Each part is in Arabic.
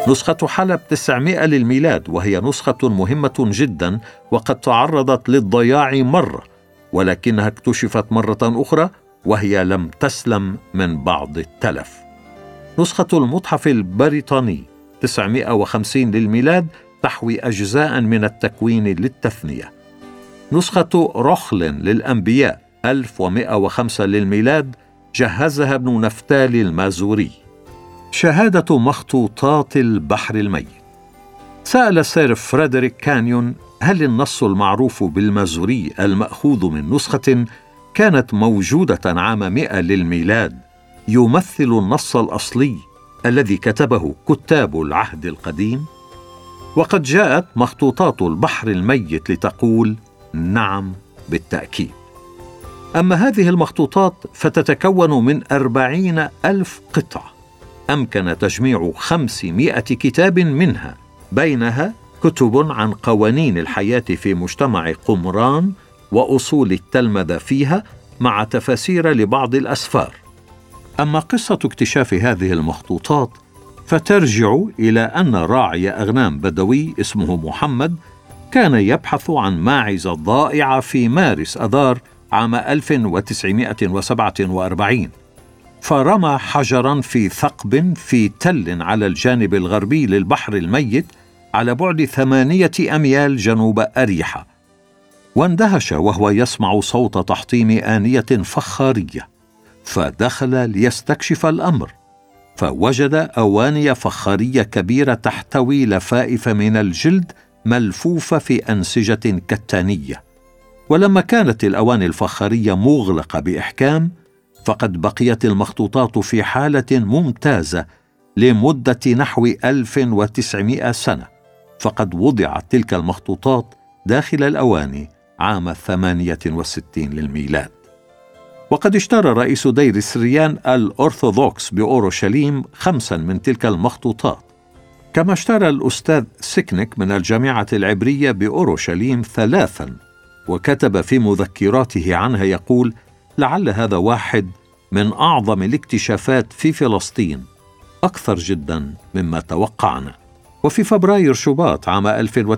نسخة حلب 900 للميلاد، وهي نسخة مهمة جدا وقد تعرضت للضياع مرة، ولكنها اكتشفت مرة أخرى وهي لم تسلم من بعض التلف. نسخة المصحف البريطاني 950 للميلاد تحوي أجزاء من التكوين للتثنية. نسخة رخل للأنبياء 1105 للميلاد جهزها ابن نفتالي المازوري. شهادة مخطوطات البحر الميت. سأل سير فريدريك كانيون هل النص المعروف بالمازوري المأخوذ من نسخة كانت موجودة عام 100 للميلاد يمثل النص الأصلي الذي كتبه كتاب العهد القديم؟ وقد جاءت مخطوطات البحر الميت لتقول نعم بالتأكيد. أما هذه المخطوطات فتتكون من 40,000 قطعة، أمكن تجميع 500 كتاب منها، بينها كتب عن قوانين الحياة في مجتمع قمران وأصول التلمذة فيها مع تفاسير لبعض الأسفار. أما قصة اكتشاف هذه المخطوطات فترجع إلى أن راعي أغنام بدوي اسمه محمد كان يبحث عن ماعز ضائعة في مارس أذار عام 1947، فرمى حجرا في ثقب في تل على الجانب الغربي للبحر الميت على بعد 8 أميال جنوب أريحة، واندهش وهو يسمع صوت تحطيم آنية فخارية، فدخل ليستكشف الأمر، فوجد أواني فخارية كبيرة تحتوي لفائف من الجلد ملفوفة في أنسجة كتانية. ولما كانت الأواني الفخارية مغلقة بإحكام فقد بقيت المخطوطات في حالة ممتازة لمدة نحو 1900 سنة، فقد وضعت تلك المخطوطات داخل الأواني عام 68 للميلاد. وقد اشترى رئيس دير السريان الأرثوذكس بأورشليم 5 من تلك المخطوطات، كما اشترى الأستاذ سكنك من الجامعة العبرية بأورشليم 3، وكتب في مذكراته عنها يقول: لعل هذا واحد من أعظم الاكتشافات في فلسطين، أكثر جدا مما توقعنا. وفي فبراير شباط عام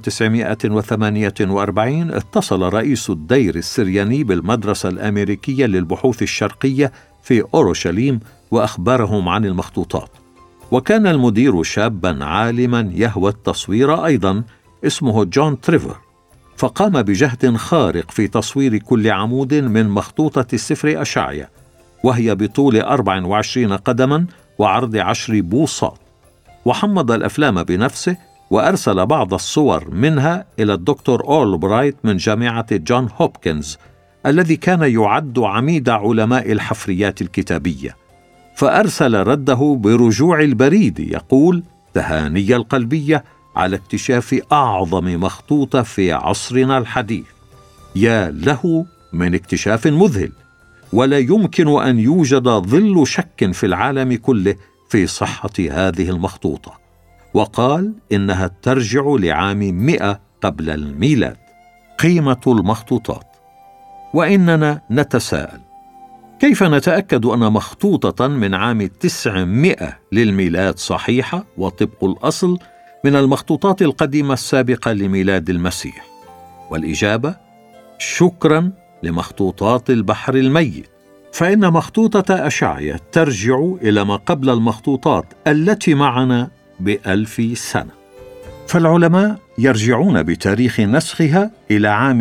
1948 اتصل رئيس الدير السرياني بالمدرسة الأمريكية للبحوث الشرقية في أورشليم وأخبرهم عن المخطوطات، وكان المدير شابا عالما يهوى التصوير أيضا اسمه جون تريفر، فقام بجهد خارق في تصوير كل عمود من مخطوطة سفر أشعيا، وهي بطول 24 قدما وعرض 10 بوصات، وحمض الأفلام بنفسه وأرسل بعض الصور منها إلى الدكتور أولبرايت من جامعة جون هوبكنز الذي كان يعد عميد علماء الحفريات الكتابية، فأرسل رده برجوع البريد يقول: تهاني القلبية على اكتشاف أعظم مخطوطة في عصرنا الحديث، يا له من اكتشاف مذهل، ولا يمكن أن يوجد ظل شك في العالم كله في صحة هذه المخطوطة، وقال إنها ترجع لعام 100 قبل الميلاد. قيمة المخطوطات. وإننا نتساءل: كيف نتأكد أن مخطوطة من عام 900 للميلاد صحيحة وطبق الأصل من المخطوطات القديمة السابقة لميلاد المسيح؟ والإجابة: شكرا لمخطوطات البحر الميت، فإن مخطوطة أشعيا ترجع إلى ما قبل المخطوطات التي معنا ب1000 سنة، فالعلماء يرجعون بتاريخ نسخها إلى عام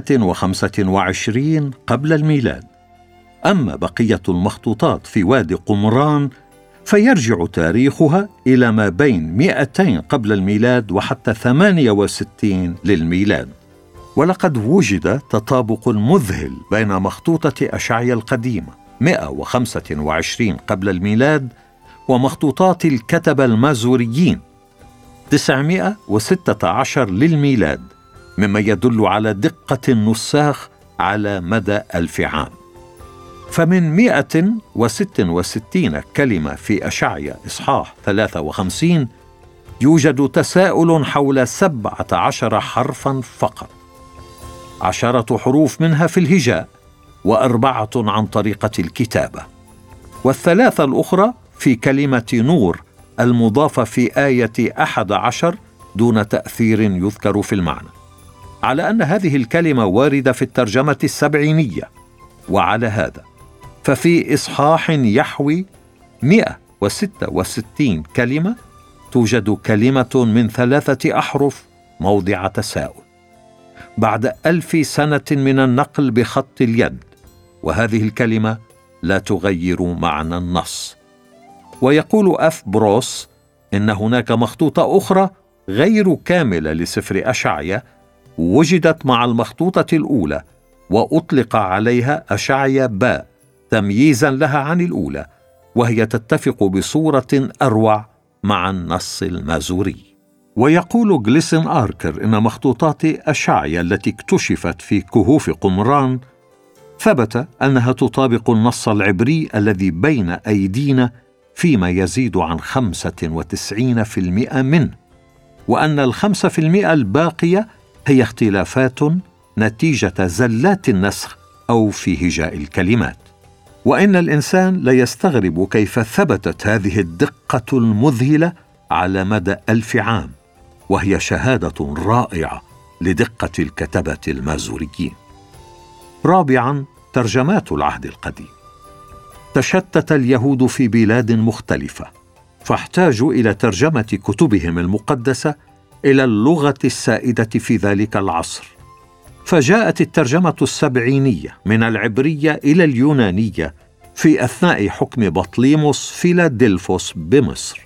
125 قبل الميلاد. أما بقية المخطوطات في وادي قمران فيرجع تاريخها إلى ما بين 200 قبل الميلاد وحتى 68 للميلاد. ولقد وجد تطابق مذهل بين مخطوطة أشعيا القديمة 125 قبل الميلاد ومخطوطات الكتبة المازوريين 916 للميلاد، مما يدل على دقة النساخ على مدى 1000 عام. فمن 166 كلمة في أشعيا إصحاح 53 يوجد تساؤل حول 17 حرفا فقط، 10 حروف منها في الهجاء و4 عن طريقة الكتابة، والثلاثة الأخرى في كلمة نور المضافة في آية 11 دون تأثير يذكر في المعنى، على أن هذه الكلمة واردة في الترجمة السبعينية. وعلى هذا ففي إصحاح يحوي 166 كلمة توجد كلمة من 3 أحرف موضع تساؤل بعد 1000 سنة من النقل بخط اليد، وهذه الكلمة لا تغير معنى النص. ويقول أف بروس إن هناك مخطوطة أخرى غير كاملة لسفر أشعيا وجدت مع المخطوطة الأولى وأطلق عليها أشعيا باء تمييزا لها عن الأولى، وهي تتفق بصورة أروع مع النص المازوري. ويقول جليسن آركر إن مخطوطات أشعيا التي اكتشفت في كهوف قمران ثبت أنها تطابق النص العبري الذي بين أيدينا فيما يزيد عن 95% منه، وأن 5% الباقية هي اختلافات نتيجة زلات النسخ أو في هجاء الكلمات. وإن الإنسان ليستغرب كيف ثبتت هذه الدقة المذهلة على مدى 1000 عام، وهي شهادة رائعة لدقة الكتبة المازوريين. رابعاً، ترجمات العهد القديم. تشتت اليهود في بلاد مختلفة، فاحتاجوا إلى ترجمة كتبهم المقدسة إلى اللغة السائدة في ذلك العصر، فجاءت الترجمة السبعينية من العبرية إلى اليونانية في أثناء حكم بطليموس فيلادلفوس بمصر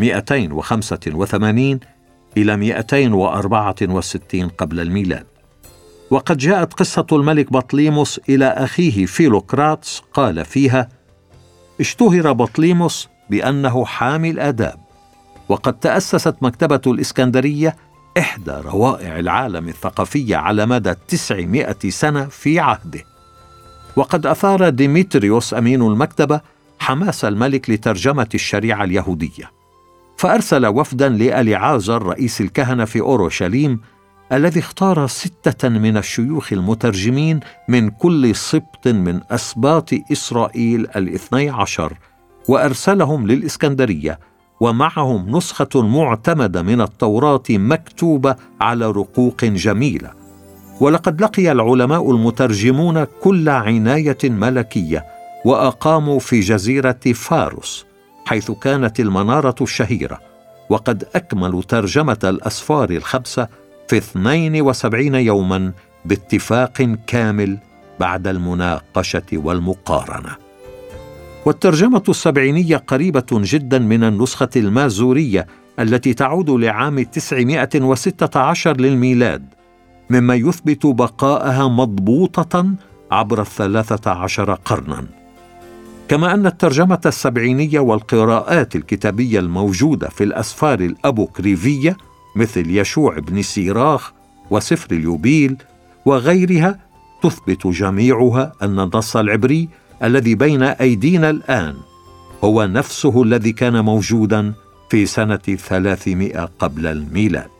285 إلى 264 قبل الميلاد. وقد جاءت قصة الملك بطليموس إلى أخيه فيلوقراطس قال فيها: اشتهر بطليموس بأنه حامل آداب، وقد تأسست مكتبة الإسكندرية إحدى روائع العالم الثقافية على مدى 900 سنة في عهده. وقد أثار ديمتريوس أمين المكتبة حماس الملك لترجمة الشريعة اليهودية، فأرسل وفدا لأليعازر رئيس الكهنة في أورشليم الذي اختار 6 من الشيوخ المترجمين من كل سبط من أسباط إسرائيل 12، وأرسلهم للإسكندرية ومعهم نسخة معتمدة من التوراة مكتوبة على رقوق جميلة. ولقد لقي العلماء المترجمون كل عناية ملكية، وأقاموا في جزيرة فاروس حيث كانت المنارة الشهيرة، وقد أكملوا ترجمة الأسفار ال5 في 72 يوما باتفاق كامل بعد المناقشة والمقارنة. والترجمة السبعينية قريبة جدا من النسخة المازورية التي تعود لعام 916 للميلاد، مما يثبت بقاءها مضبوطة عبر 13 قرنا. كما أن الترجمة السبعينية والقراءات الكتابية الموجودة في الأسفار الأبوكريفية مثل يشوع بن سيراخ وسفر اليوبيل وغيرها تثبت جميعها أن النص العبري الذي بين أيدينا الآن هو نفسه الذي كان موجودا في سنة 300 قبل الميلاد.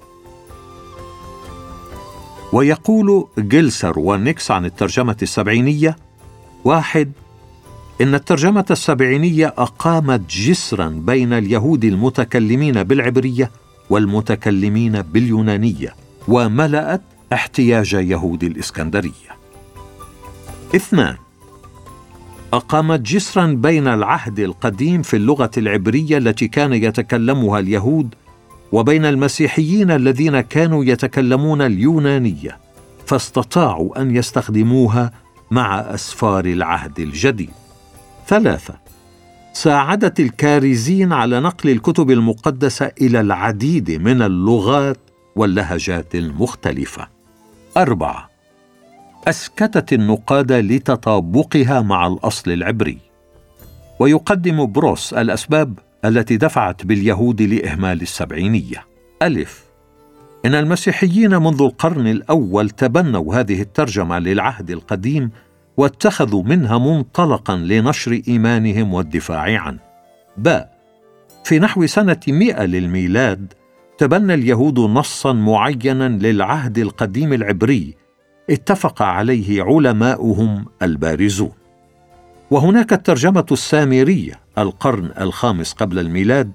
ويقول جيلسر ونيكس عن الترجمة السبعينية: 1. إن الترجمة السبعينية أقامت جسرا بين اليهود المتكلمين بالعبرية والمتكلمين باليونانية، وملأت احتياج يهود الإسكندرية. 2. أقامت جسرا بين العهد القديم في اللغة العبرية التي كان يتكلمها اليهود وبين المسيحيين الذين كانوا يتكلمون اليونانية، فاستطاعوا أن يستخدموها مع أسفار العهد الجديد. 3. ساعدت الكارزين على نقل الكتب المقدسة إلى العديد من اللغات واللهجات المختلفة. 4. أسكتت النقاد لتطابقها مع الأصل العبري. ويقدم بروس الأسباب التي دفعت باليهود لإهمال السبعينية. 1. إن المسيحيين منذ القرن الأول تبنوا هذه الترجمة للعهد القديم واتخذوا منها منطلقا لنشر إيمانهم والدفاع عنه. في نحو سنة 100 للميلاد تبنى اليهود نصا معينا للعهد القديم العبري اتفق عليه علماؤهم البارزون. وهناك الترجمة السامرية القرن 5 قبل الميلاد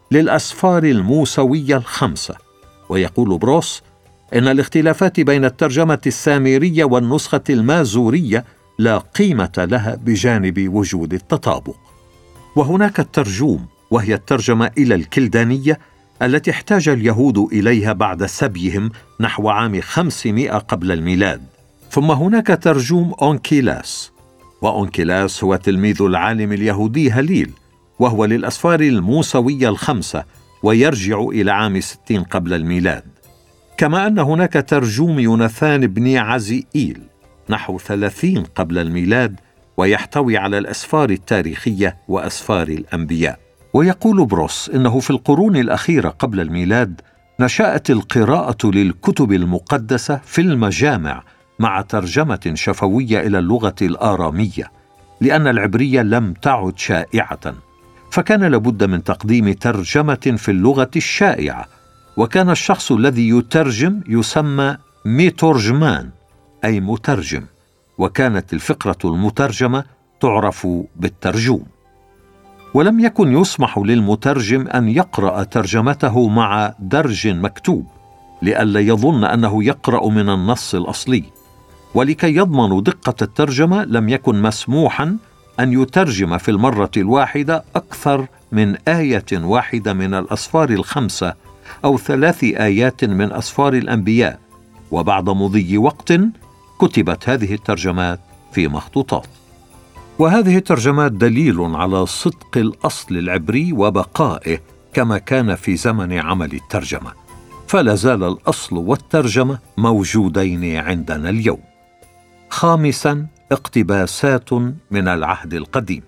للأسفار الموسوية الخمسة. ويقول بروس إن الاختلافات بين الترجمة السامرية والنسخة المازورية لا قيمة لها بجانب وجود التطابق. وهناك الترجوم، وهي الترجمة إلى الكلدانية التي احتاج اليهود إليها بعد سبيهم نحو عام 500 قبل الميلاد. ثم هناك ترجوم أونكيلاس، وأونكيلاس هو تلميذ العالم اليهودي هليل، وهو للأسفار الموسوية الخمسة ويرجع إلى عام 60 قبل الميلاد. كما أن هناك ترجوم يوناثان بن عزيئيل نحو 30 قبل الميلاد، ويحتوي على الأسفار التاريخية وأسفار الأنبياء. ويقول بروس إنه في القرون الأخيرة قبل الميلاد نشأت القراءة للكتب المقدسة في المجامع مع ترجمة شفوية إلى اللغة الآرامية، لأن العبرية لم تعد شائعة، فكان لابد من تقديم ترجمة في اللغة الشائعة. وكان الشخص الذي يترجم يسمى ميتورجمان، أي مترجم، وكانت الفقرة المترجمة تعرف بالترجوم. ولم يكن يسمح للمترجم أن يقرأ ترجمته مع درج مكتوب، لئلا يظن أنه يقرأ من النص الأصلي. ولكي يضمنوا دقة الترجمة لم يكن مسموحا أن يترجم في المرة الواحدة أكثر من آية واحدة من الأسفار الخمسة أو 3 آيات من أسفار الأنبياء. وبعد مضي وقت كتبت هذه الترجمات في مخطوطات. وهذه الترجمات دليل على صدق الأصل العبري وبقائه كما كان في زمن عمل الترجمة، فلا زال الأصل والترجمة موجودين عندنا اليوم. خامساً، اقتباسات من العهد القديم.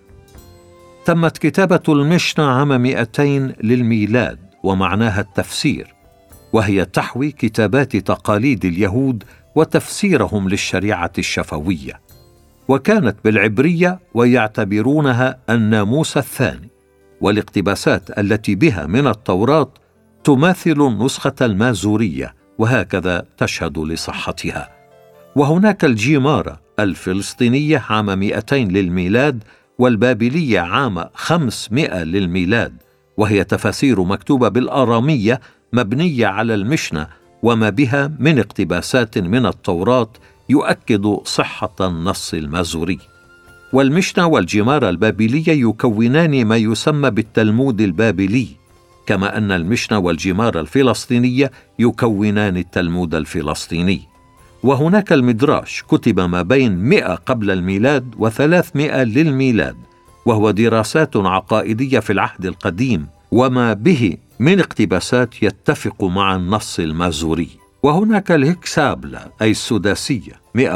تمت كتابة المشنا عام 200 للميلاد، ومعناها التفسير، وهي تحوي كتابات تقاليد اليهود وتفسيرهم للشريعة الشفوية، وكانت بالعبرية ويعتبرونها الناموس الثاني. والاقتباسات التي بها من التوراة تماثل النسخة المازورية، وهكذا تشهد لصحتها. وهناك الجيمارة الفلسطينية عام 200 للميلاد، والبابلية عام 500 للميلاد، وهي تفاسير مكتوبة بالآرامية مبنية على المشنا وما بها من اقتباسات من التوراة يؤكد صحة النص المازوري. والمشنا والجيمارة البابلية يكونان ما يسمى بالتلمود البابلي، كما أن المشنا والجيمارة الفلسطينية يكونان التلمود الفلسطيني. وهناك المدراش كتب ما بين 100 قبل الميلاد و300 للميلاد، وهو دراسات عقائدية في العهد القديم، وما به من اقتباسات يتفق مع النص المازوري. وهناك الهكسابلة أي السداسية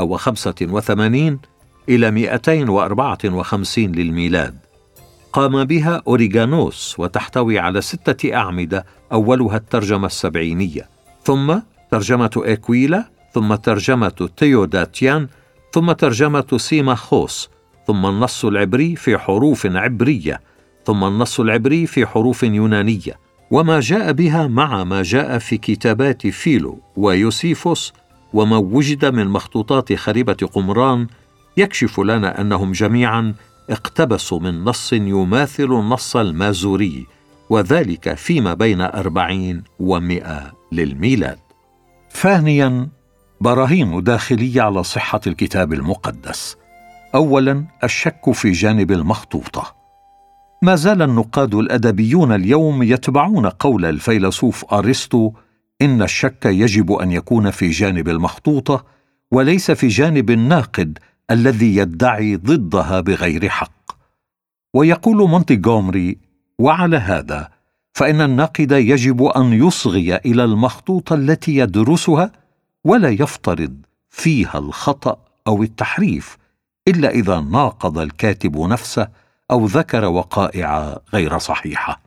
185 إلى 254 للميلاد، قام بها أوريغانوس، وتحتوي على 6 أعمدة، أولها الترجمة السبعينية، ثم ترجمة إكويلا، ثم ترجمة تيوداتيان، ثم ترجمة سيماخوس، ثم النص العبري في حروف عبرية، ثم النص العبري في حروف يونانية، وما جاء بها مع ما جاء في كتابات فيلو ويوسيفوس وما وجد من مخطوطات خريبة قمران، يكشف لنا أنهم جميعا اقتبسوا من نص يماثل النص المازوري، وذلك فيما بين 40 و100 للميلاد. ثانيا، براهين داخلية على صحة الكتاب المقدس. أولا، الشك في جانب المخطوطة. ما زال النقاد الأدبيون اليوم يتبعون قول الفيلسوف أرسطو إن الشك يجب أن يكون في جانب المخطوطة وليس في جانب الناقد الذي يدعي ضدها بغير حق. ويقول مونتيغومري: وعلى هذا فإن الناقد يجب أن يصغي إلى المخطوطة التي يدرسها ولا يفترض فيها الخطأ أو التحريف إلا إذا ناقض الكاتب نفسه أو ذكر وقائع غير صحيحة.